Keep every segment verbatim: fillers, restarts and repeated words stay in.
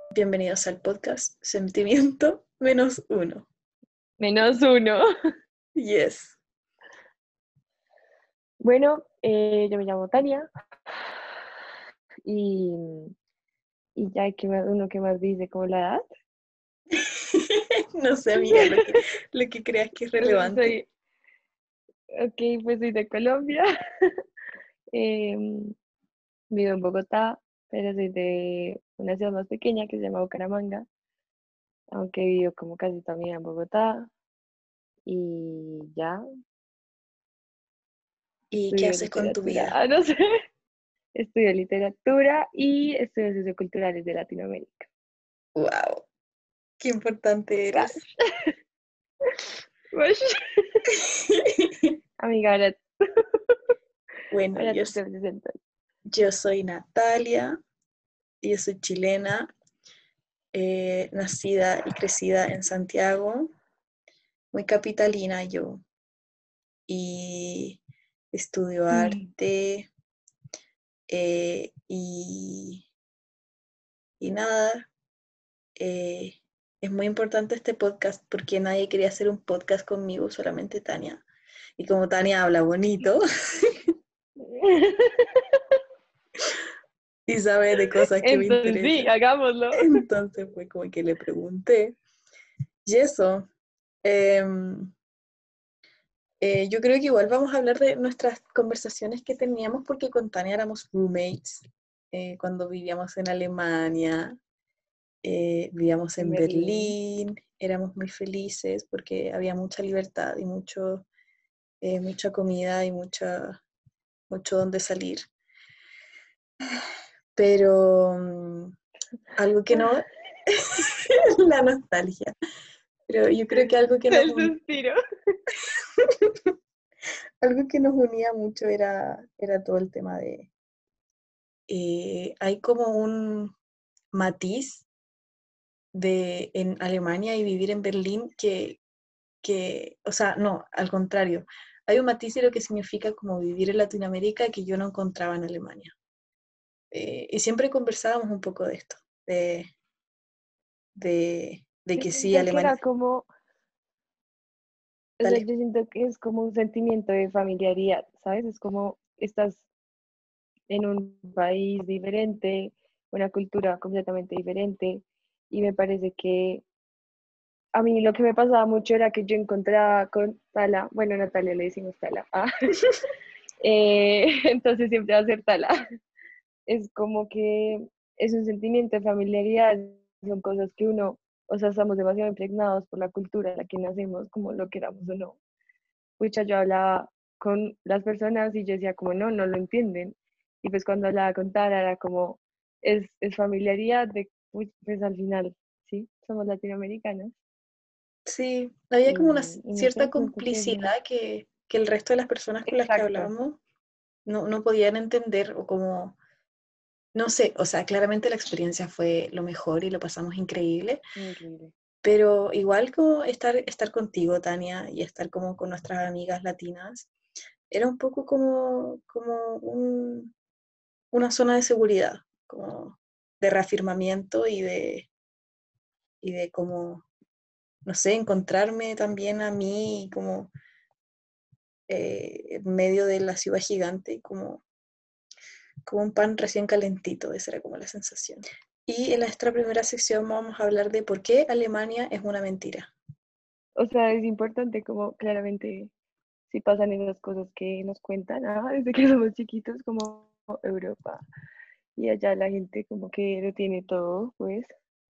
Bienvenidos al podcast Sentimiento Menos Uno. Menos uno. Yes. Bueno, eh, yo me llamo Tania. Y, y ya, ¿qué más, uno que más dice? ¿Como la edad? No sé, amiga, lo que, lo que creas que es relevante. Soy, ok, pues soy de Colombia. Em, vivo en Bogotá, pero soy de una ciudad más pequeña que se llama Bucaramanga. Aunque vivo como casi toda mi vida en Bogotá. Y ya, ¿Y qué estudio haces con tu literatura. vida? Ah, no sé. Estudio literatura y estudios socioculturales de Latinoamérica. ¡Wow! ¡Qué importante eres! Ush. Amiga, ahora, Bueno, ahora yo, tú te presentas. yo soy Natalia, yo soy chilena, eh, nacida y crecida en Santiago, muy capitalina yo, y estudio Mm. arte eh, y, y nada. Eh, es muy importante este podcast porque nadie quería hacer un podcast conmigo, solamente Tania. Y como Tania habla bonito y sabe de cosas que me Entonces sí, interesan, hagámoslo. entonces fue como que le pregunté. Y eso, eh, eh, yo creo que igual vamos a hablar de nuestras conversaciones que teníamos porque con Tania éramos roommates eh, cuando vivíamos en Alemania. Eh, vivíamos En en Berlín. Berlín, éramos muy felices porque había mucha libertad y mucho, eh, mucha comida y mucha, mucho donde salir. Pero um, algo que no, la nostalgia, pero yo creo que algo que nos, El un, suspiro. algo que nos unía mucho era, era todo el tema de, eh, hay como un matiz de en Alemania y vivir en Berlín que, que, o sea, no, al contrario, hay un matiz de lo que significa como vivir en Latinoamérica que yo no encontraba en Alemania. Eh, y siempre conversábamos un poco de esto, de, de, de Yo que sí, siento que Alemania, era como, o sea, dale. yo siento que es como un sentimiento de familiaridad, ¿sabes? Es como estás en un país diferente, una cultura completamente diferente, y me parece que a mí lo que me pasaba mucho era que yo encontraba con Tala, bueno, Natalia le decimos Tala, ah, eh, entonces siempre va a ser Tala. Es como que es un sentimiento de familiaridad, son cosas que uno, o sea, estamos demasiado impregnados por la cultura en la que nacemos, como lo queramos o no. Pucha, yo hablaba con las personas y yo decía como, no, no lo entienden. Y pues cuando hablaba con Tara era como, es, es familiaridad de, pues, pues al final, sí, somos latinoamericanos. Sí, había como una Y, y no cierta sé, siento que es muy complicidad que, que el resto de las personas con las que exacto. hablábamos no, no podían entender o como, no sé, o sea, claramente la experiencia fue lo mejor y lo pasamos increíble, Increíble. pero igual como estar, estar contigo, Tania, y estar como con nuestras amigas latinas, era un poco como, como un, una zona de seguridad, como de reafirmamiento y de, y de como, no sé, encontrarme también a mí como eh, en medio de la ciudad gigante, como, como un pan recién calentito, esa era como la sensación. Y en nuestra primera sección vamos a hablar de por qué Alemania es una mentira. O sea, es importante como claramente si pasan esas cosas que nos cuentan, ah, desde que somos chiquitos como Europa. Y allá la gente como que lo tiene todo, pues.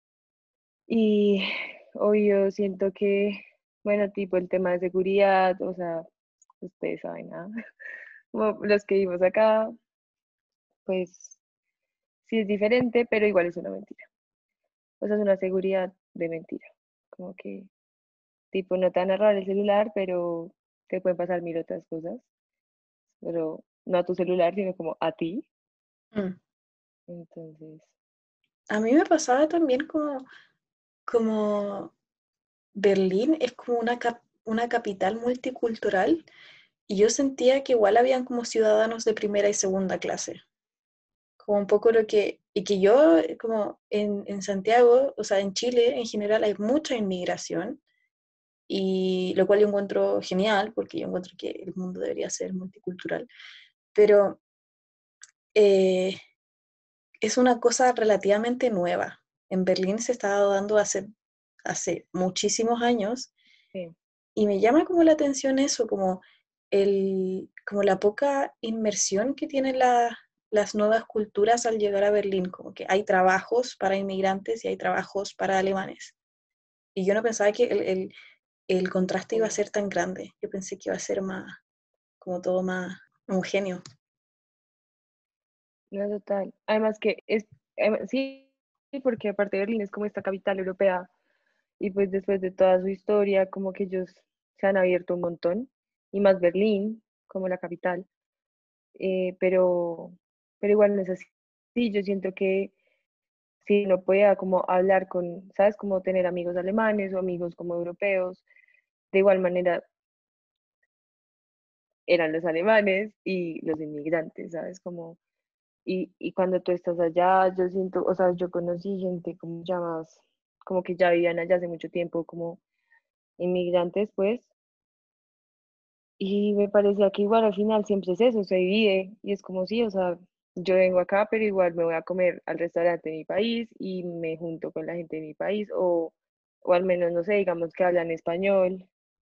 Y obvio siento que, bueno, tipo el tema de seguridad, o sea, ustedes saben, ¿no? Como los que vivimos acá, pues sí es diferente, pero igual es una mentira. O sea, es una seguridad de mentira. Como que, tipo, no te van a robar el celular, pero te pueden pasar mil otras cosas, pero no a tu celular, sino como a ti. Mm. Entonces, A mí me pasaba también como, como Berlín es como una, cap una capital multicultural y yo sentía que igual habían como ciudadanos de primera y segunda clase. como un poco lo que, y que yo, como en, en Santiago, o sea, en Chile en general hay mucha inmigración, y lo cual yo encuentro genial, porque yo encuentro que el mundo debería ser multicultural, pero eh, es una cosa relativamente nueva. En Berlín se estaba dando hace, hace muchísimos años, Sí, y me llama como la atención eso, como, el, como la poca inmersión que tienen la- las nuevas culturas al llegar a Berlín, como que hay trabajos para inmigrantes y hay trabajos para alemanes. Y yo no pensaba que el, el, el contraste iba a obvio. ser tan grande. Yo pensé que iba a ser más, como todo más homogéneo. No, total. Además que es, además- sí, porque aparte Berlín es como esta capital europea y pues después de toda su historia, como que ellos se han abierto un montón, y más Berlín como la capital, eh, pero, pero igual no es así. Sí, yo siento que si uno pueda como hablar con, ¿sabes? Como tener amigos alemanes o amigos como europeos, de igual manera eran los alemanes y los inmigrantes, ¿sabes? Como, y, y cuando tú estás allá, yo siento, o sea, yo conocí gente como ya más, como que ya vivían allá hace mucho tiempo, como inmigrantes, pues, y me parecía que igual al final siempre es eso, se divide, y es como sí, o sea, yo vengo acá, pero igual me voy a comer al restaurante de mi país y me junto con la gente de mi país, o, o al menos, no sé, digamos que hablan español,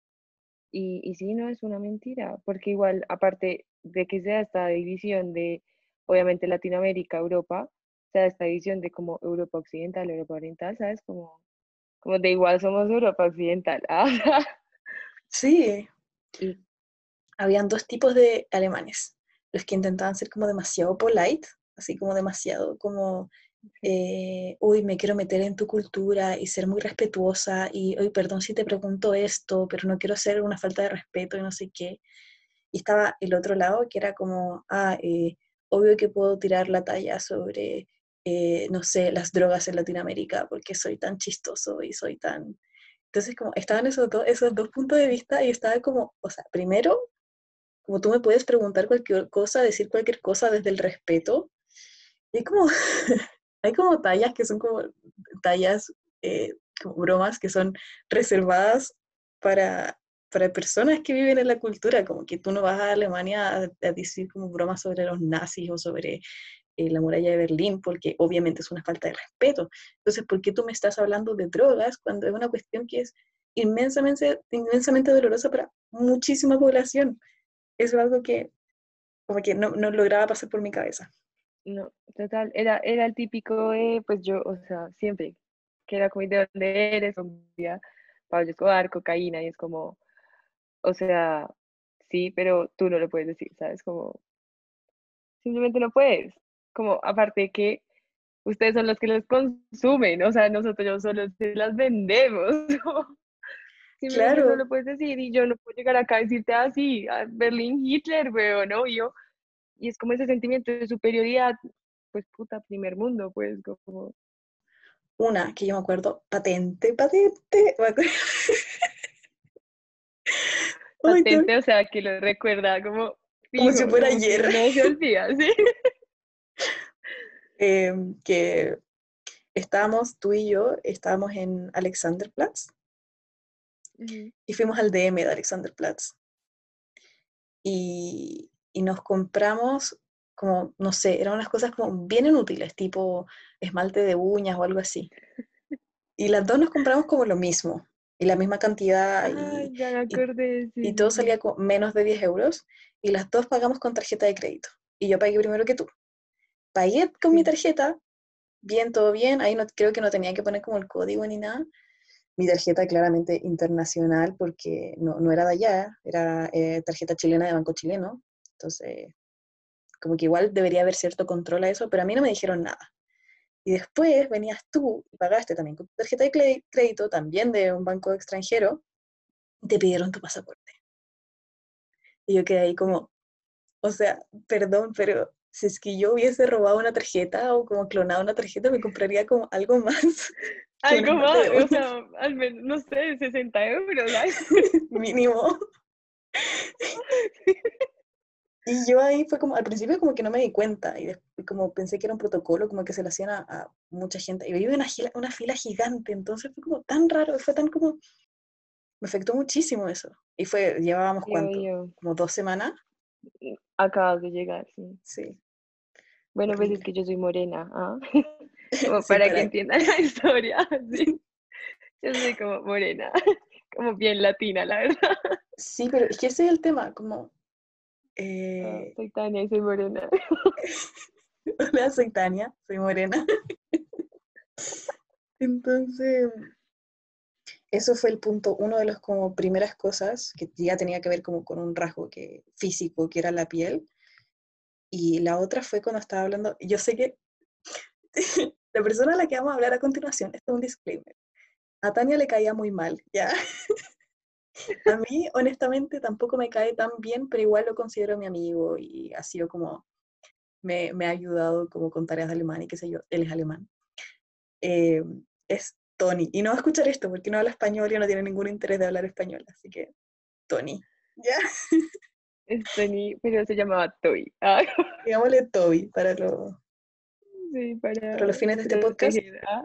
y, y sí, no es una mentira, porque igual, aparte de que sea esta división de, obviamente, Latinoamérica, Europa, sea esta división de como Europa Occidental, Europa Oriental, ¿sabes? Como, como de igual somos Europa Occidental. Ah, Sí, y habían dos tipos de alemanes. Los que intentaban ser como demasiado polite, así como demasiado como, sí, eh, uy, me quiero meter en tu cultura y ser muy respetuosa y, uy, perdón si te pregunto esto, pero no quiero hacer una falta de respeto y no sé qué. Y estaba el otro lado que era como, ah, eh, obvio que puedo tirar la talla sobre, eh, no sé, las drogas en Latinoamérica porque soy tan chistoso y soy tan... Entonces, como estaban esos, dos esos dos puntos de vista y estaba como, o sea, primero, como tú me puedes preguntar cualquier cosa, decir cualquier cosa desde el respeto, y hay como, hay como tallas que son como tallas, eh, como bromas que son reservadas para, para personas que viven en la cultura, como que tú no vas a Alemania a, a decir como bromas sobre los nazis o sobre eh, la muralla de Berlín, porque obviamente es una falta de respeto. Entonces, ¿por qué tú me estás hablando de drogas cuando es una cuestión que es inmensamente, inmensamente dolorosa para muchísima población? Eso es algo que como que no, no lograba pasar por mi cabeza. no, total, era, era el típico de, pues yo, o sea, siempre, que era como, ¿de dónde eres? Colombia, Pablo Escobar, cocaína, y es como, o sea, sí, pero tú no lo puedes decir, ¿sabes? Como, simplemente no puedes. Como, aparte de que ustedes son los que los consumen, o sea, nosotros solo se las vendemos. Simplemente no Claro, lo puedes decir, y yo no puedo llegar acá a decirte así, a Berlín Hitler, weón, ¿no? Y yo, y es como ese sentimiento de superioridad, pues puta, primer mundo, pues como, una que yo me acuerdo, patente, patente, me acuerdo, ay, no, patente, o sea, que lo recuerda como como fijo, si fuera como ayer, que no se olvida, ¿sí? eh, que estábamos, tú y yo, estábamos en Alexanderplatz Ujú. y fuimos al D M de Alexanderplatz y, y nos compramos como, no sé, eran unas cosas como bien inútiles, tipo esmalte de uñas o algo así. Y las dos nos compramos como lo mismo, y la misma cantidad, y, Ay, ya me y, acordé, sí, y todo sí, salía sí. con menos de diez euros, y las dos pagamos con tarjeta de crédito. Y yo pagué primero que tú. Pagué con mi Sí. tarjeta, bien, todo bien, ahí no, creo que no tenía que poner como el código ni nada. Mi tarjeta claramente internacional porque no, no era de allá, era eh, tarjeta chilena de Banco Chileno. Entonces, como que igual debería haber cierto control a eso, pero a mí no me dijeron nada. Y después venías tú y pagaste también con tu tarjeta de crédito, también de un banco extranjero, y te pidieron tu pasaporte. Y yo quedé ahí Sí. como, o sea, perdón, pero si es que yo hubiese robado una tarjeta o como clonado una tarjeta, me compraría como algo más que un Algo esmalte más, de o uñas sea, al menos, no sé, sesenta euros, ¿sabes? mínimo. Y yo ahí fue como, al principio como que no me di cuenta, y después como pensé que era un protocolo, como que se lo hacían a, a mucha gente, y veía una, gila- una fila gigante, entonces fue como tan raro, fue tan como, me afectó muchísimo eso. Y fue, llevábamos Yo, cuánto, yo, como dos semanas, acabas de llegar, sí. sí, Bueno, pues es horrible. que yo soy morena, ¿ah? Como Sí, para que para, entiendan la historia, sí. Yo soy como morena, como bien latina, la verdad. sí, pero es que ese es el tema, como, Ah, eh, soy Tania y soy morena. hola, soy Tania, soy morena. Entonces, eso fue el punto, uno de las como primeras cosas que ya tenía que ver como con un rasgo que, físico, que era la piel. Y la otra fue cuando estaba hablando, yo sé que la persona a la que vamos a hablar a continuación, esto es un disclaimer, a Tania le caía muy mal, ¿ya? A mí, honestamente, tampoco me cae tan bien, pero igual lo considero mi amigo y ha sido como, me, me ha ayudado como con tareas de alemán y qué sé yo, él es alemán. Eh, es Tony, y no va a escuchar esto porque no habla español y no tiene ningún interés de hablar español, así que Tony, ¿ya? Este ni, pero se llamaba Toy. Ah, Digámosle Toby para, lo, sí, para para los fines de este podcast. proteger. Ah,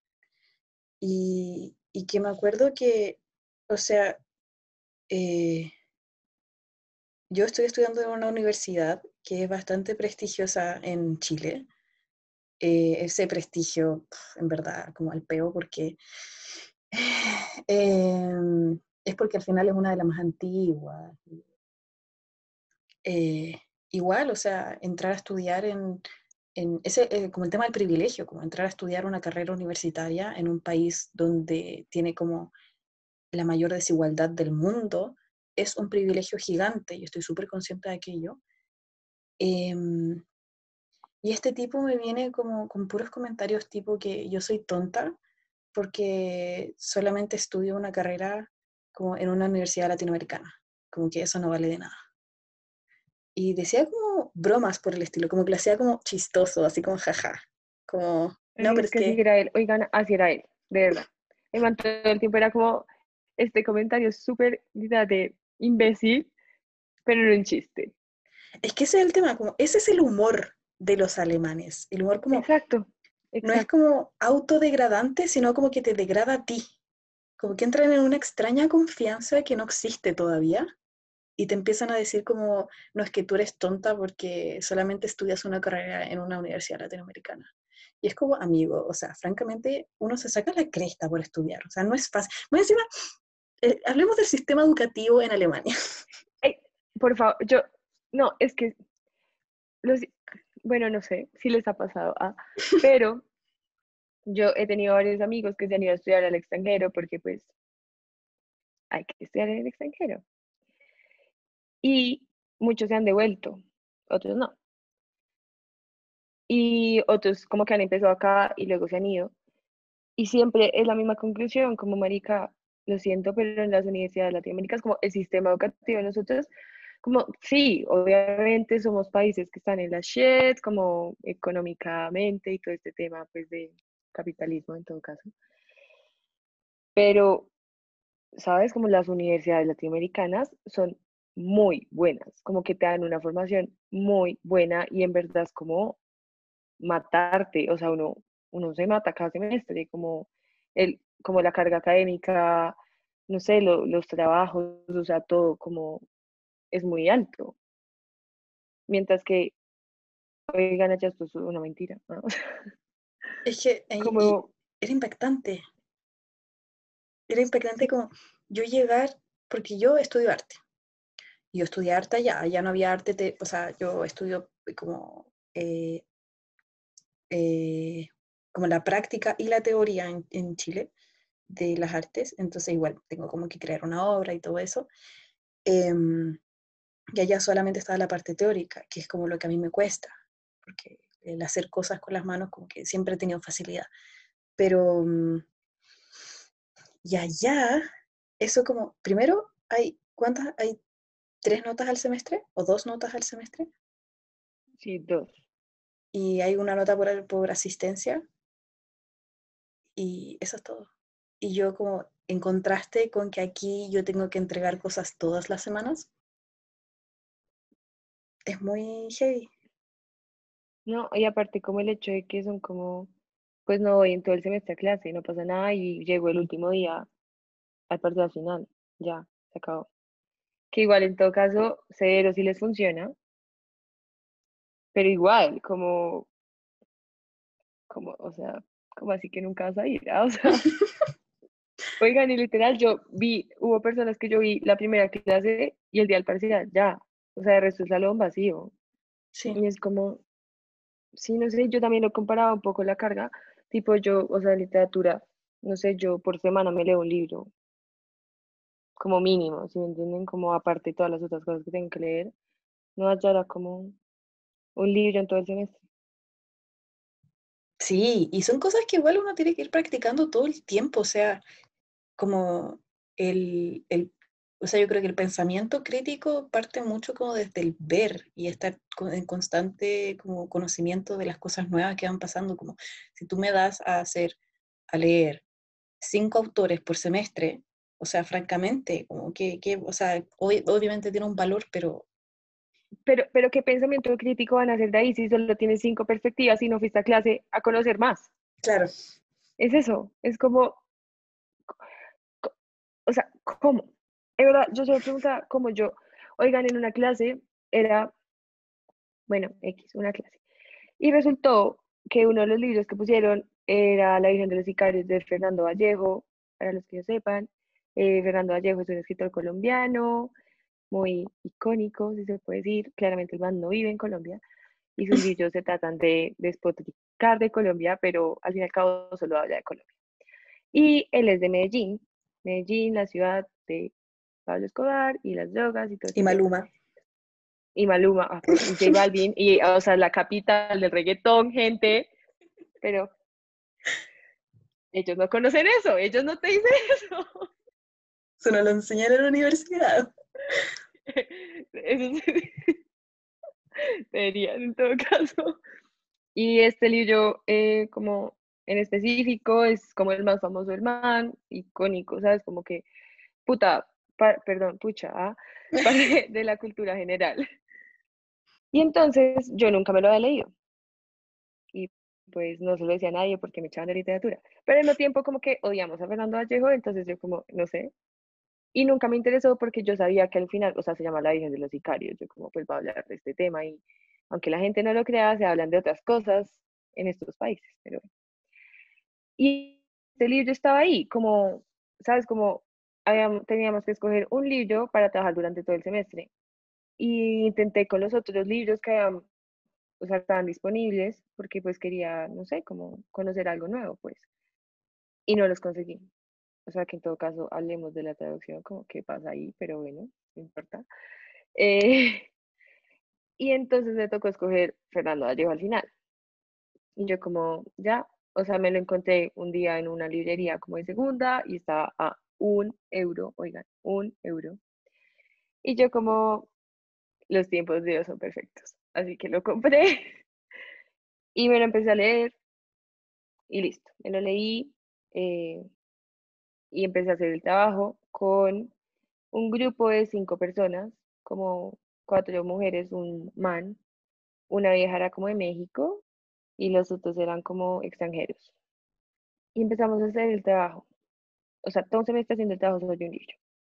Y, y que me acuerdo que, o sea, eh, yo estoy estudiando en una universidad que es bastante prestigiosa en Chile. Eh, ese prestigio, pf, en verdad, como al peo, porque eh, es porque al final es una de las más antiguas. Eh, igual, o sea, entrar a estudiar en, en ese, eh, como el tema del privilegio, como entrar a estudiar una carrera universitaria en un país donde tiene como la mayor desigualdad del mundo, es un privilegio gigante, y estoy súper consciente de aquello. Em, y este tipo me viene como con puros comentarios tipo que yo soy tonta porque solamente estudio una carrera como en una universidad latinoamericana, como que eso no vale de nada. Y decía como bromas por el estilo, como que lo hacía como chistoso, así como jaja, como, no, ay, pero es es que así que, era él. Oigan, así era él, de verdad. El man todo el tiempo era como este comentario súper, quizás, de imbécil, pero no un chiste. es que ese es el tema, como, ese es el humor de los alemanes, el humor como, Exacto, no es exacto. como autodegradante, sino como que te degrada a ti, como que entran en una extraña confianza que no existe todavía y te empiezan a decir como, no es que tú eres tonta porque solamente estudias una carrera en una universidad latinoamericana. Y es como, amigo, o sea, francamente, uno se saca la cresta por estudiar, o sea, no es fácil. Más encima, eh, hablemos del sistema educativo en Alemania. Ay, por favor, yo, no, es que, los, bueno, no sé si les ha pasado, ah, pero yo he tenido varios amigos que se han ido a estudiar al extranjero porque pues hay que estudiar en el extranjero. Y muchos se han devuelto, otros no. Y otros como que han empezado acá y luego se han ido. Y siempre es la misma conclusión, como marica, lo siento, pero en las universidades latinoamericanas, como el sistema educativo de nosotros, como sí, obviamente somos países que están en la shit, como económicamente y todo este tema pues de capitalismo en todo caso. Pero, ¿sabes? Como las universidades latinoamericanas son muy buenas, como que te dan una formación muy buena y en verdad es como matarte, o sea, uno, uno se mata cada semestre, como, el, como la carga académica, no sé, lo- los trabajos, o sea, todo como es muy alto. Mientras que, oigan, ya esto es una mentira, ¿no? Es que eh, y Como, era impactante, era impactante sí, como yo llegar, porque yo estudio arte, y yo estudié arte allá, allá no había arte, te- o sea, yo estudio como, eh, eh, como la práctica y la teoría en, en Chile de las artes, entonces igual tengo como que crear una obra y todo eso. Em, y allá solamente estaba la parte teórica, que es como lo que a mí me cuesta, porque el hacer cosas con las manos como que siempre he tenido facilidad. Pero, mm, y allá, eso como, primero, hay, ¿cuántas? ¿Hay tres notas al semestre o dos notas al semestre? sí, dos. Y hay una nota por, por asistencia y eso es todo. Y yo como en contraste con que aquí yo tengo que entregar cosas todas las semanas, es muy heavy. No, y aparte como el hecho de que son como, pues no voy en todo el semestre a clase, no pasa nada y llego el último día al partido final, ya, se acabó. Que igual en todo caso, cero si les funciona, pero igual, como, como, o sea, como así que nunca vas a ir, ¿ah? O sea, oigan, y literal, yo vi, hubo personas que yo vi la primera clase y el día del parcial, ya, o sea, el resto del salón vacío. Sí. Y es como, sí, no sé, yo también lo comparaba un poco la carga, tipo yo, o sea, literatura, no sé, yo por semana me leo un libro, como mínimo, si me entienden, como aparte de todas las otras cosas que tengo que leer, no allá era como un libro en todo el semestre. Sí, y son cosas que igual uno tiene que ir practicando todo el tiempo, o sea, como el, el, o sea, yo creo que el pensamiento crítico parte mucho como desde el ver y estar con- en constante como conocimiento de las cosas nuevas que van pasando, como si tú me das a hacer, a leer cinco autores por semestre, o sea, francamente, como que, que o sea, ob- obviamente tiene un valor, pero Pero, pero ¿qué pensamiento crítico van a hacer de ahí si solo tienes cinco perspectivas y no fuiste a clase a conocer más? claro, Es eso, es como, co- o sea, ¿cómo? Es verdad, yo se me preguntaba cómo yo, oigan, en una clase era, bueno, X, una clase. Y resultó que uno de los libros que pusieron era La Virgen de los Sicarios de Fernando Vallejo, para los que no sepan. Eh, Fernando Vallejo es un escritor colombiano, muy icónico, si se puede decir. Claramente el man no vive en Colombia y sus libros se tratan de despotricar de Colombia, pero al fin y al cabo solo habla de Colombia. Y él es de Medellín, Medellín, la ciudad de Pablo Escobar y las drogas y todo y ese tema. Maluma. Y Maluma, ah, por- y J Balvin, y o sea, la capital del reggaetón, gente, pero ellos no conocen eso, ellos no te dicen eso. Eso no lo enseñan en la universidad. Eso sí, deberían en todo caso. Y este libro, eh, como en específico, es como el más famoso del man, icónico, ¿sabes? Como que, puta, pa- perdón, pucha, ¿ah? Parte de la cultura general. Y entonces yo nunca me lo había leído. Y pues no se lo decía a nadie porque me echaban de literatura. Pero al mismo tiempo como que odiamos a Fernando Vallejo, entonces yo como, no sé. Y nunca me interesó porque yo sabía que al final, o sea, se llama La Virgen de los Sicarios. Yo como, pues va a hablar de este tema y aunque la gente no lo crea, se hablan de otras cosas en estos países. Pero y este libro estaba ahí, como, ¿sabes? Como habíamos, teníamos que escoger un libro para trabajar durante todo el semestre. Y intenté con los otros libros que habían, o sea, estaban disponibles, porque pues quería, no sé, como conocer algo nuevo, pues. Y no los conseguí. O sea, que en todo caso hablemos de la traducción, como qué pasa ahí, pero bueno, no importa. Eh, y entonces me tocó escoger Fernando Vallejo al final. Y yo como, ya, o sea, me lo encontré un día en una librería como de segunda y estaba a un euro, oigan, un euro. Y yo como, los tiempos de Dios son perfectos. Así que lo compré y me lo empecé a leer y listo. Me lo leí eh, y empecé a hacer el trabajo con un grupo de cinco personas, como cuatro mujeres, un man, una vieja era como de México y los otros eran como extranjeros. Y empezamos a hacer el trabajo. O sea, todo se me está haciendo el trabajo sobre un libro.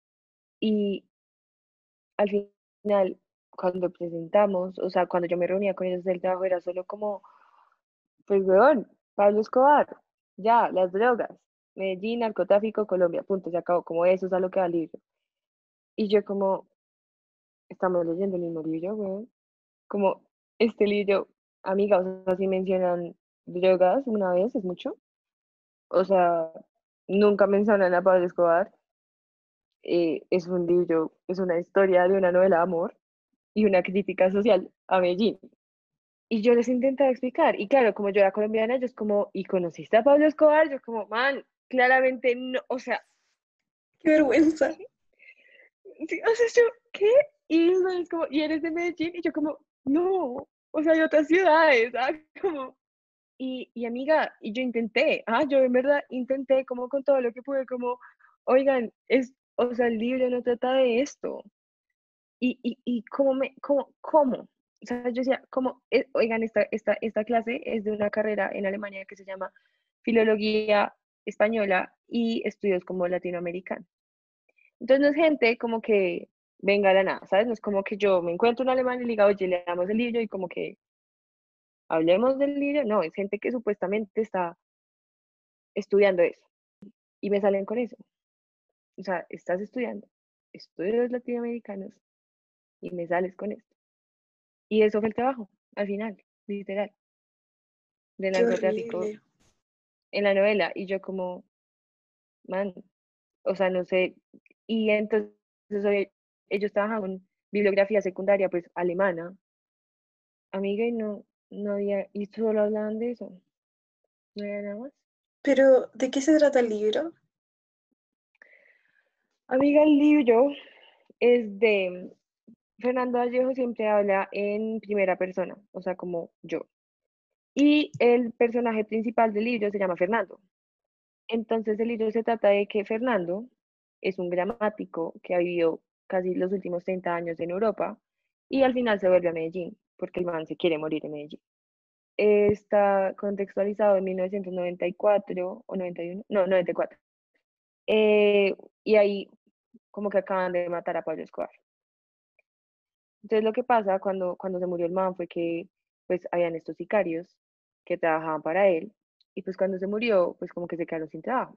Y al final, cuando presentamos, o sea, cuando yo me reunía con ellos del trabajo, era solo como, pues, weón, Pablo Escobar, ya, las drogas, Medellín, narcotráfico, Colombia, punto, se acabó, como eso es a lo que va el libro. Y yo como, estamos leyendo el mismo libro, weón, como, este libro, amiga, o sea, si mencionan drogas una vez, es mucho, o sea, nunca mencionan a Pablo Escobar, eh, es un libro, es una historia de una novela de amor y una crítica social a Medellín. Y yo les intentaba explicar, y claro, como yo era colombiana, ellos como, ¿y conociste a Pablo Escobar? Yo como, man, claramente no, o sea, Qué vergüenza. ¿qué? Sí, o sea, yo, ¿qué? Y ellos es como, ¿y eres de Medellín? Y yo como, no, o sea, hay otras ciudades, ¿ah? Como, y, y amiga, y yo intenté, ah, yo en verdad intenté como con todo lo que pude, como, oigan, es, o sea, el libro no trata de esto. Y, y, y cómo me, cómo, cómo? o sea, yo decía, como, eh, oigan, esta, esta, esta clase es de una carrera en Alemania que se llama Filología Española y Estudios como Latinoamericanos. Entonces no es gente como que venga de la nada, ¿sabes? No es como que yo me encuentro un alemán y le diga, oye, le damos el libro y como que hablemos del libro. No, es gente que supuestamente está estudiando eso y me salen con eso. O sea, estás estudiando estudios latinoamericanos y me sales con esto. Y eso fue el trabajo, al final, literal, de Qué narcotráfico horrible. en la novela. Y yo como, man, o sea, no sé. Y entonces oye, ellos trabajan con bibliografía secundaria, pues alemana, amiga, y no, no había, y solo hablaban de eso, no había nada más. Pero, ¿de qué se trata el libro? Amiga, el libro es de Fernando Vallejo, siempre habla en primera persona, o sea, como yo. Y el personaje principal del libro se llama Fernando. Entonces el libro se trata de que Fernando es un gramático que ha vivido casi los últimos treinta años en Europa y al final se vuelve a Medellín, porque el man se quiere morir en Medellín. Está contextualizado en mil novecientos noventa y cuatro o noventa y uno, no, noventa y cuatro. Eh, y ahí como que acaban de matar a Pablo Escobar. Entonces lo que pasa cuando, cuando se murió el man fue que pues habían estos sicarios que trabajaban para él y pues cuando se murió pues como que se quedaron sin trabajo.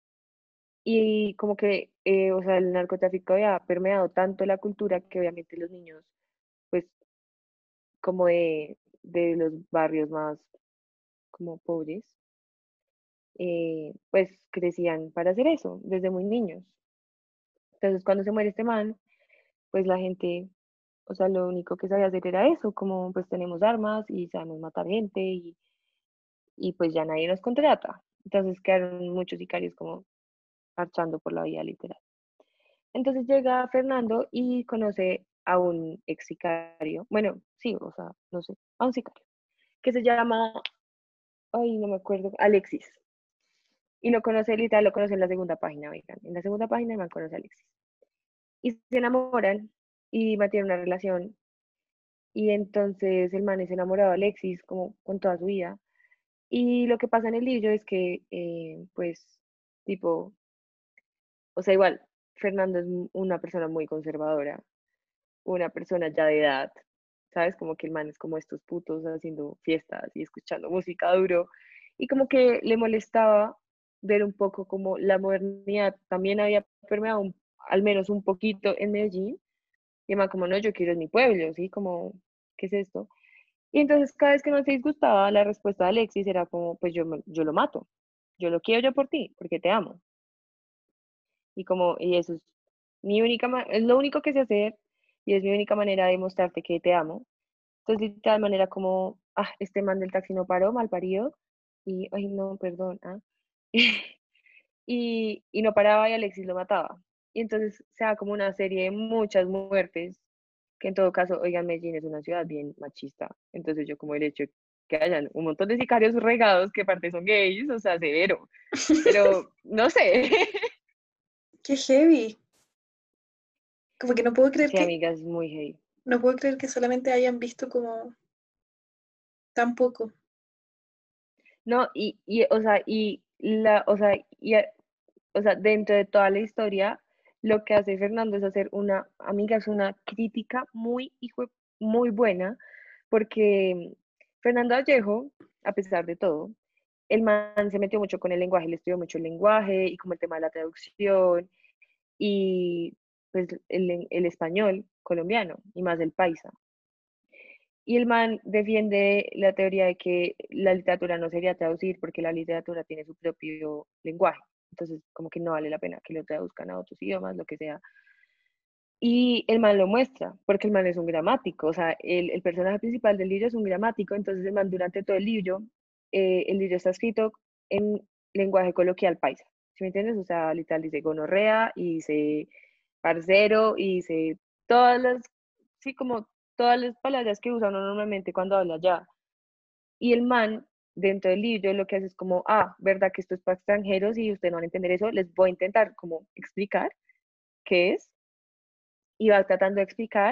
Y como que, eh, o sea, el narcotráfico había permeado tanto la cultura que obviamente los niños, pues como de, de los barrios más como pobres, eh, pues crecían para hacer eso desde muy niños. Entonces cuando se muere este man, pues la gente, o sea, lo único que sabía hacer era eso, como pues tenemos armas y sabemos matar gente y, y pues ya nadie nos contrata. Entonces quedaron muchos sicarios como marchando por la vía literal. Entonces llega Fernando y conoce a un ex sicario, bueno, sí, o sea, no sé, a un sicario, que se llama, ay, no me acuerdo, Alexis. Y lo conoce, literal, lo conoce en la segunda página, oigan. En la segunda página el man conoce a Alexis. Y se enamoran y mantienen una relación. Y entonces el man es enamorado de Alexis como con toda su vida. Y lo que pasa en el libro es que, eh, pues, tipo, o sea, igual, Fernando es una persona muy conservadora, una persona ya de edad, ¿sabes? Como que el man es como estos putos haciendo fiestas y escuchando música duro. Y como que le molestaba ver un poco como la modernidad también había permeado un- al menos un poquito en Medellín. Y el man como, no, yo quiero en mi pueblo, ¿sí? Como, ¿qué es esto? Y entonces cada vez que no se disgustaba, la respuesta de Alexis era como, pues yo, me- yo lo mato, yo lo quiero yo por ti, porque te amo. Y como, y eso es mi única, ma- es lo único que sé hacer y es mi única manera de mostrarte que te amo. Entonces, de tal manera como, ah, este man del taxi no paró, mal parido, y, ay, no, perdón, ah. Y, y no paraba y Alexis lo mataba. Y entonces se da como una serie de muchas muertes, que en todo caso, oigan, Medellín es una ciudad bien machista. Entonces yo como el hecho de que hayan un montón de sicarios regados que aparte son gays, o sea, severo. Pero, no sé. Qué heavy. Como que no puedo creer Sí, que, amigas, muy heavy. no puedo creer que solamente hayan visto como tan poco. No, y, y, o sea, y la, o sea, y, a- o sea, dentro de toda la historia, lo que hace Fernando es hacer una, amiga, es una crítica muy, hijo, de- muy buena, porque Fernando Vallejo, a pesar de todo, el man se metió mucho con el lenguaje, le estudió mucho el lenguaje y como el tema de la traducción y pues el, el español colombiano y más el paisa. Y el man defiende la teoría de que la literatura no sería traducir porque la literatura tiene su propio lenguaje. Entonces, como que no vale la pena que lo traduzcan a otros idiomas, lo que sea. Y el man lo muestra, porque el man es un gramático. O sea, el, el personaje principal del libro es un gramático. Entonces, el man durante todo el libro, eh, el libro está escrito en lenguaje coloquial paisa. ¿Sí me entiendes? O sea, literal dice gonorrea y dice parcero y dice todas las, sí, como todas las palabras que usa uno normalmente cuando habla ya. Y el man, dentro del libro, lo que hace es como, ah, ¿verdad que esto es para extranjeros y ustedes no van a entender eso? Les voy a intentar como explicar qué es. Y va tratando de explicar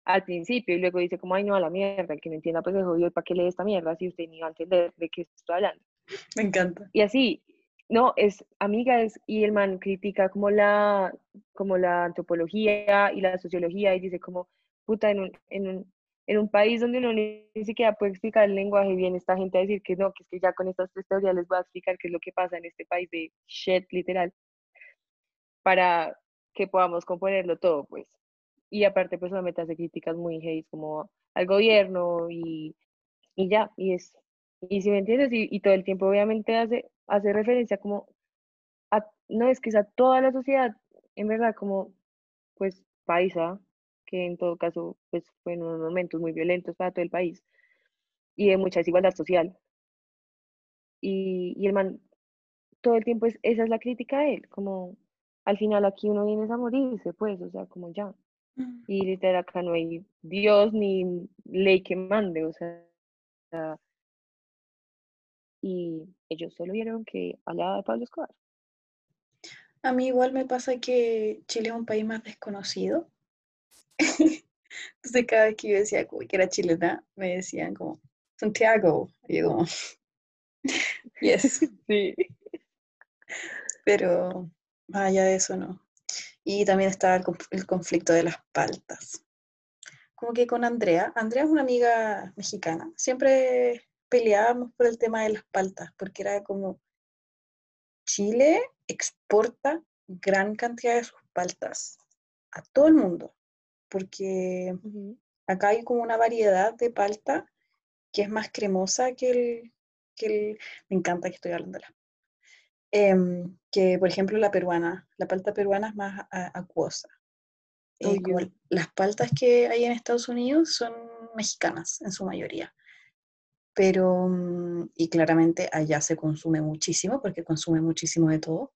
al principio y luego dice como, ay, no, a la mierda, el que no entienda pues se jodió, ¿para qué lee esta mierda si usted ni va a entender de qué estoy hablando? Me encanta. Y así, no, es amiga, es, y el man critica como la, como la antropología y la sociología y dice como, puta, en un, en un, en un país donde uno ni, ni siquiera puede explicar el lenguaje bien, esta gente a decir que no, que es que ya con estas tres teorías les voy a explicar qué es lo que pasa en este país de shit, literal, para que podamos componerlo todo, pues. Y aparte, pues, solamente hace críticas muy heavy como al gobierno y, y ya, y es, y si me entiendes, y, y todo el tiempo obviamente hace, hace referencia como a, no es que es a toda la sociedad, en verdad, como, pues, paisa, que en todo caso, pues, fue en unos momentos muy violentos para todo el país, y de mucha desigualdad social, y, y el man, todo el tiempo es, esa es la crítica a él, como, al final aquí uno viene a morirse, pues, o sea, como ya. Mm. Y literal acá no hay Dios ni ley que mande, o sea, y ellos solo vieron que allá de Pablo Escobar. A mí igual me pasa que Chile es un país más desconocido. Entonces cada vez que yo decía como que era chilena, me decían como, Santiago. Y yo como, yes. Sí. Pero más allá de eso no. Y también está el, conf- el conflicto de las paltas. Como que con Andrea, Andrea es una amiga mexicana, siempre peleábamos por el tema de las paltas, porque era como Chile exporta gran cantidad de sus paltas a todo el mundo, porque Ujú. acá hay como una variedad de palta que es más cremosa que el, que el me encanta que estoy hablando de la, em, que por ejemplo la peruana, la palta peruana es más a- acuosa. Eh, como Obvio. las paltas que hay en Estados Unidos son mexicanas en su mayoría, pero, mm, y claramente allá se consume muchísimo porque consume muchísimo de todo,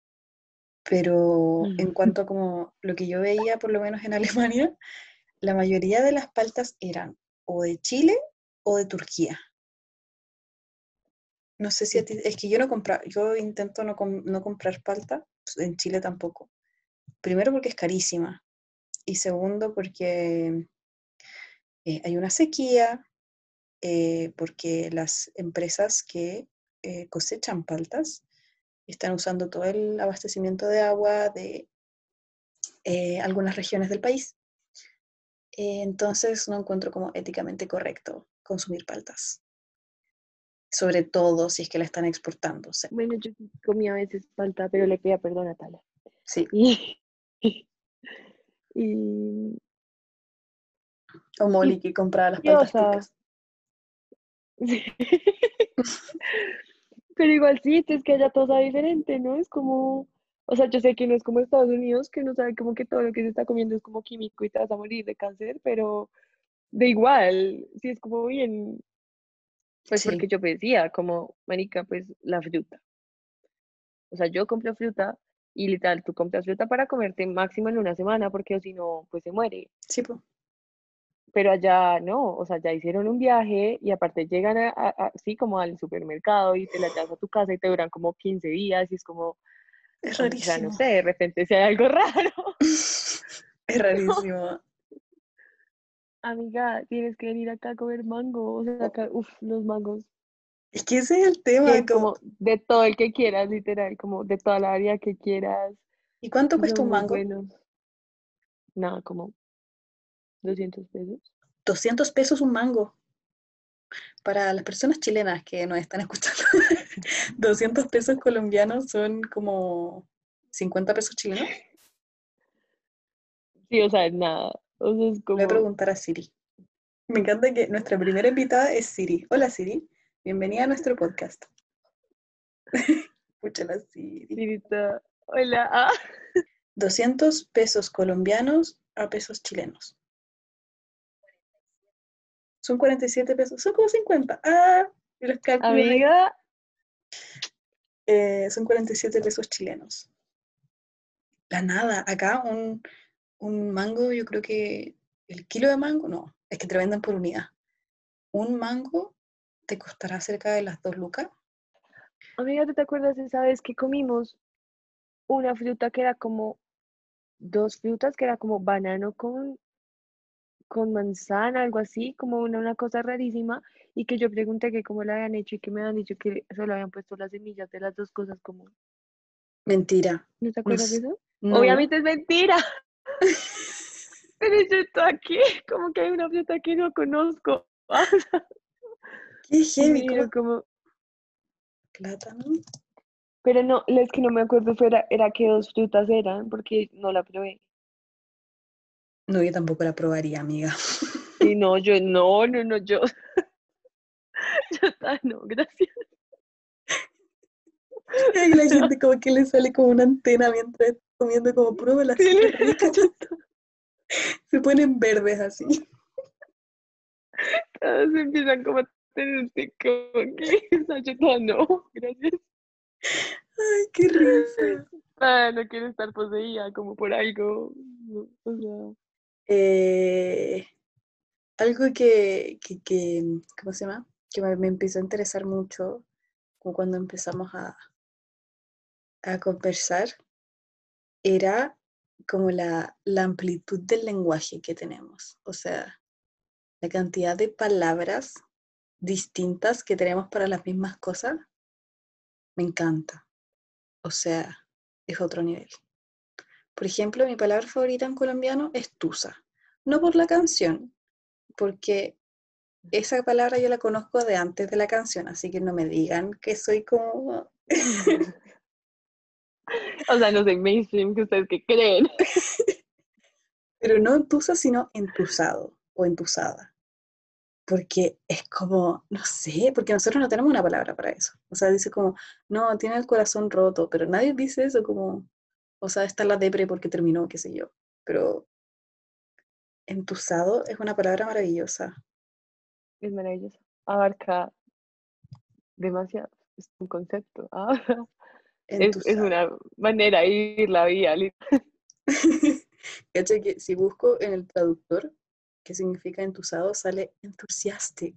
pero en cuanto a como lo que yo veía, por lo menos en Alemania, la mayoría de las paltas eran o de Chile o de Turquía. No sé si a ti, es que yo no compra, yo intento no, com- no comprar palta, en Chile tampoco. Primero porque es carísima y segundo porque eh, hay una sequía, eh, porque las empresas que eh, cosechan paltas están usando todo el abastecimiento de agua de eh, algunas regiones del país. Eh, entonces no encuentro como éticamente correcto consumir paltas, sobre todo si es que la están exportando. O sea, Bueno, yo sí comí a veces falta, pero le pedía perdón a Tala. sí, Y, y, o y, Molly que compraba las y, o paltas sea, turcas. sí. Pero igual sí, es que allá todo sabe diferente, ¿no? Es como, o sea, yo sé que no es como Estados Unidos, que no sabe como que todo lo que se está comiendo es como químico y te vas a morir de cáncer, pero de igual, sí es como bien, pues Sí, porque yo decía, como, marica, pues la fruta. O sea, yo compro fruta y literal, tú compras fruta para comerte máximo en una semana, porque si no, pues se muere. sí, pues, Pero allá no, o sea, ya hicieron un viaje y aparte llegan a, a- a- sí, como al supermercado y te la llevas a tu casa y te duran como quince días y es como, es o sea, no rarísimo. sé, de repente si hay algo raro. Es rarísimo. Amiga, tienes que venir acá a comer mango, o sea, acá, uff, los mangos, Es que ese es el que tema. es Como, como de todo el que quieras, literal, como de toda la área que quieras, ¿y cuánto y cuesta son un muy mango? buenos. Nada, como doscientos pesos. Doscientos pesos un mango. Para las personas chilenas que nos están escuchando, doscientos pesos colombianos son como cincuenta pesos chilenos. Sí, o sea, nada, o sea, es Le voy a como, preguntar a Siri. Me encanta que nuestra primera invitada es Siri. Hola Siri, bienvenida a nuestro podcast. Escúchala Siri. Sirita, hola, ah. Doscientos pesos colombianos a pesos chilenos. Son cuarenta y siete pesos, son como cincuenta. Ah, y los cálculos ahí. Amiga, Eh, son cuarenta y siete pesos chilenos. La nada, acá un, un mango, yo creo que el kilo de mango, no, es que te lo venden por unidad. Un mango te costará cerca de las dos lucas. amiga, ¿tú te acuerdas de esa vez que comimos una fruta que era como dos frutas, que era como banano con con manzana, algo así, como una, una cosa rarísima, y que yo pregunté que cómo la habían hecho y que me habían dicho que solo habían puesto las semillas de las dos cosas, como, Mentira. ¿no te No, acuerdas de s- eso? no. Obviamente es mentira, pero yo estoy aquí, como que hay una fruta que no conozco. Qué Y me heavy, ¿cómo? dijeron como, Plátano. pero no, es que no me acuerdo, fuera, era que dos frutas eran, porque no la probé. No, yo tampoco la probaría, amiga. Sí, no, yo, no, no, no, yo, yo, ta- no, gracias. Y la gente como que le sale como una antena mientras está comiendo como pruébala, Sí, súper rica. Se ponen verdes así. todos empiezan como a tener un tico aquí, o sea, yo toda, no, gracias. Ay, qué risa. Ah, no quiero estar poseída como por algo, no, o sea, Eh, algo que, que, que, ¿cómo se llama? Que me, me empezó a interesar mucho como cuando empezamos a, a conversar, era como la, la amplitud del lenguaje que tenemos. O sea, la cantidad de palabras distintas que tenemos para las mismas cosas, me encanta. O sea, es otro nivel. Por ejemplo, mi palabra favorita en colombiano es tusa. No por la canción, porque esa palabra yo la conozco de antes de la canción, así que no me digan que soy como... o sea, no soy mainstream, que ustedes que creen. Pero no tusa, sino entusado o entusada. Porque es como, no sé, porque nosotros no tenemos una palabra para eso. O sea, dice como, no, tiene el corazón roto, pero nadie dice eso como, o sea, está la depre porque terminó, qué sé yo. Pero entusado es una palabra maravillosa. Es maravilloso, abarca demasiado, es un concepto, ah, es, es Entusado. una manera de vivir la vida, Cacha que si busco en el traductor qué significa entusado, sale enthusiastic.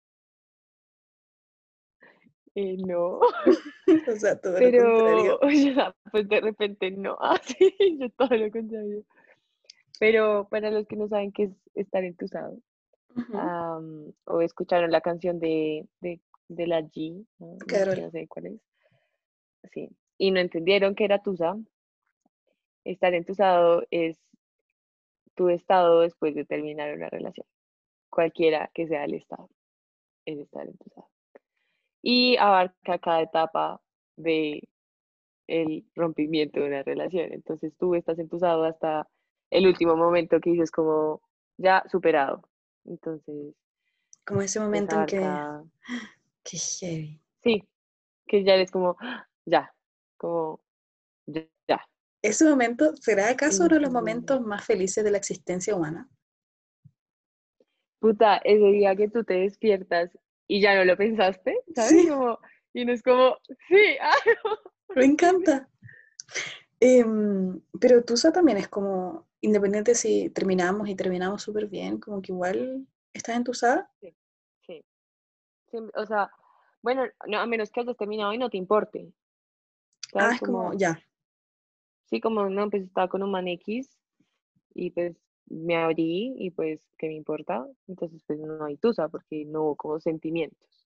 eh, no, O sea, todo lo pero, contrario. o sea, pues de repente no, ah, sí, yo todo lo contrario. Pero para los que no saben qué es estar entusado, Ujú. am, o escucharon la canción de, de, de la G, ¿no? No, que Carol. no sé cuál es, sí, y no entendieron que era tusa, estar entusado es tu estado después de terminar una relación, cualquiera que sea el estado, es estar entusado. Y abarca cada etapa de el rompimiento de una relación. Entonces tú estás entusado hasta el último momento que dices como ya superado. Entonces, Como ese pues momento en que, abarca, que heavy. sí, que ya eres como ya, como ya. ya. ¿Ese momento será acaso uno de los Entonces, momentos más felices de la existencia humana? puta, ese día que tú te despiertas y ya no lo pensaste, ¿sabes? Sí, Como, y no es como, sí, ah, me por fin. encanta. Em, pero Tusa también es como, independiente si terminamos y terminamos súper bien, como que igual estás entusada. Sí, sí, sí, o sea, bueno, no, a menos que hayas terminado y no te importe, Ah, ¿sabes? es como, Como, ya. sí, como, no, pues estaba con un man X y pues me abrí y pues, ¿qué me importa? Entonces, pues no hay tusa porque no hubo como sentimientos.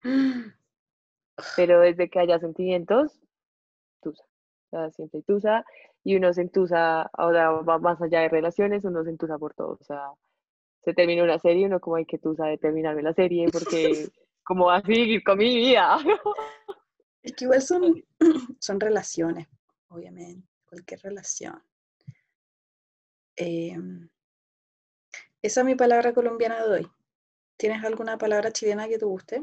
Pero desde que haya sentimientos, tusa. O sea, siempre hay tusa y uno se entusa, ahora va más allá de relaciones, uno se entusa por todo. O sea, se termina una serie, uno como hay que tusa de terminarme la serie porque, ¿cómo va a seguir con mi vida? Es que igual son, Así. son relaciones, obviamente, cualquier relación. Em, esa es mi palabra colombiana de hoy. ¿Tienes alguna palabra chilena que te guste?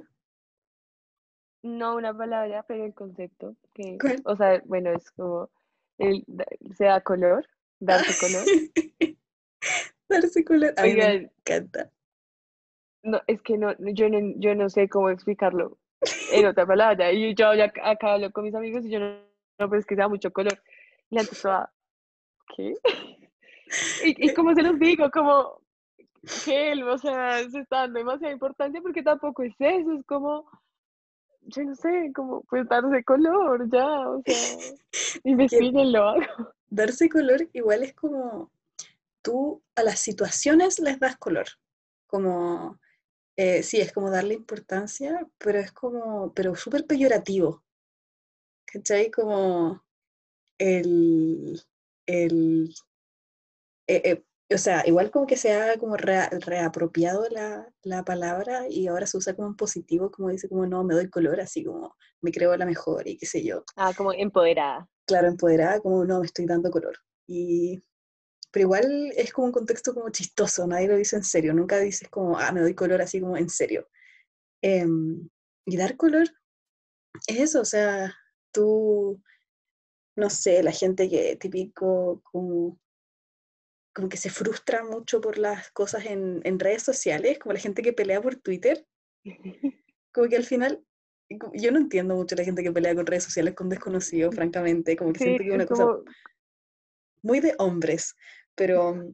No una palabra, pero el concepto, que, ¿Cuál? o sea, bueno, es como, el, da- se da color, darse color. Darse color. A mí me Oigan, encanta. no, es que no, yo no, yo no sé cómo explicarlo en otra palabra. Y yo ya acá hablo con mis amigos y yo no, no pues que sea mucho color. Y la gente toda, ¿qué? ¿Y, y cómo se los digo? Como que él, o sea, se está dando demasiada importancia porque tampoco es eso, es como, yo no sé, como pues darse color, ya, o sea, Que investiguenlo. darse color igual es como tú a las situaciones les das color. Como, eh, sí, es como darle importancia, pero es como, pero súper peyorativo. ¿Cachai? Como el, el eh, eh, o sea, igual como que se ha como rea- reapropiado la, la palabra y ahora se usa como en positivo, como dice como no, me doy color, así como me creo la mejor y qué sé yo. Ah, como empoderada. Claro, empoderada, como no, me estoy dando color. Y, pero igual es como un contexto como chistoso, nadie lo dice en serio, nunca dices como, ah, me doy color así como en serio. Em, y dar color es eso, o sea, tú, no sé, la gente que típico como como que se frustra mucho por las cosas en, en redes sociales, como la gente que pelea por Twitter, como que al final, yo no entiendo mucho la gente que pelea con redes sociales con desconocidos, francamente, como que Sí, siento que es es una cosa como muy de hombres, pero,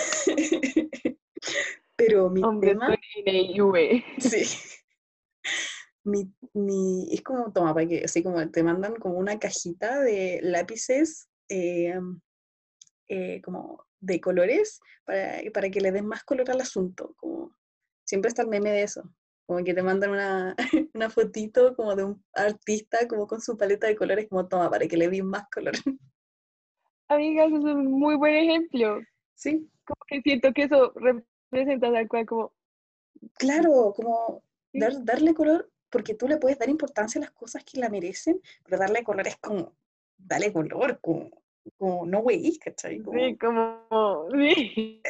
pero mi hombres con tema, N y V. sí, mi, mi, es como, toma, para que, así como te mandan como una cajita de lápices, eh, eh, como de colores, para, para que le den más color al asunto, como siempre está el meme de eso, como que te mandan una, una fotito como de un artista como con su paleta de colores como toma para que le den más color. Amigas, eso es un muy buen ejemplo. Sí, Como que siento que eso representa tal cual como, claro, como sí, dar, darle color, porque tú le puedes dar importancia a las cosas que la merecen, pero darle color es como, dale color, como, como no wey, ¿cachai? sí, Como, como, sí.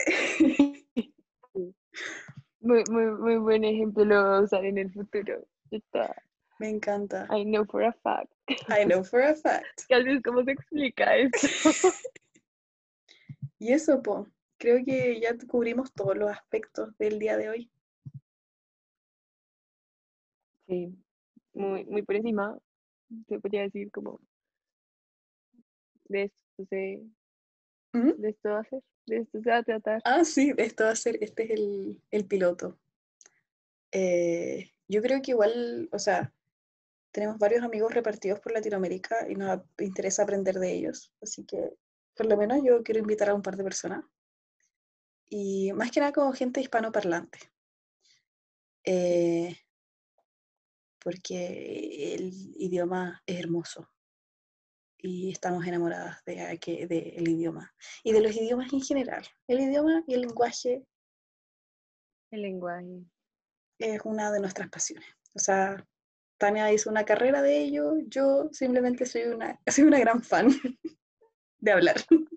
Muy, muy, muy buen ejemplo, lo voy a usar en el futuro. Está, me encanta. I know for a fact. I know for a fact. ¿Qué haces? ¿Cómo se explica esto? Y eso, po, creo que ya cubrimos todos los aspectos del día de hoy. Sí, muy, muy por encima, se podría decir como de esto se, ¿Mm? de esto va a ser, de esto se va a tratar. Ah, sí, esto va a ser, este es el, el piloto. Eh, yo creo que igual, o sea, tenemos varios amigos repartidos por Latinoamérica y nos interesa aprender de ellos. Así que, por lo menos, yo quiero invitar a un par de personas. Y más que nada como gente hispanoparlante. Eh, porque el idioma es hermoso y estamos enamoradas de, que- del idioma y de los idiomas en general. El idioma y el lenguaje El lenguaje. es una de nuestras pasiones. O sea, Tania hizo una carrera de ello, yo simplemente soy una, soy una gran fan de hablar.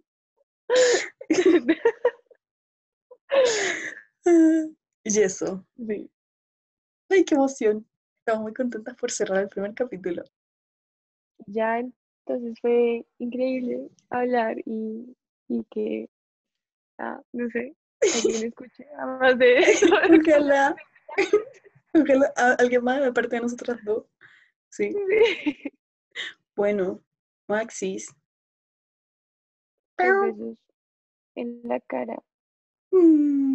Y eso. Sí, Ay, qué emoción. Estamos muy contentas por cerrar el primer capítulo. ya entonces fue increíble hablar y, y que, ah, no sé, alguien escuche más de esto. Ojalá, ojalá a- alguien más aparte de nosotras dos. Sí. Sí. Bueno, Maxis. Pues besos en la cara. Mm.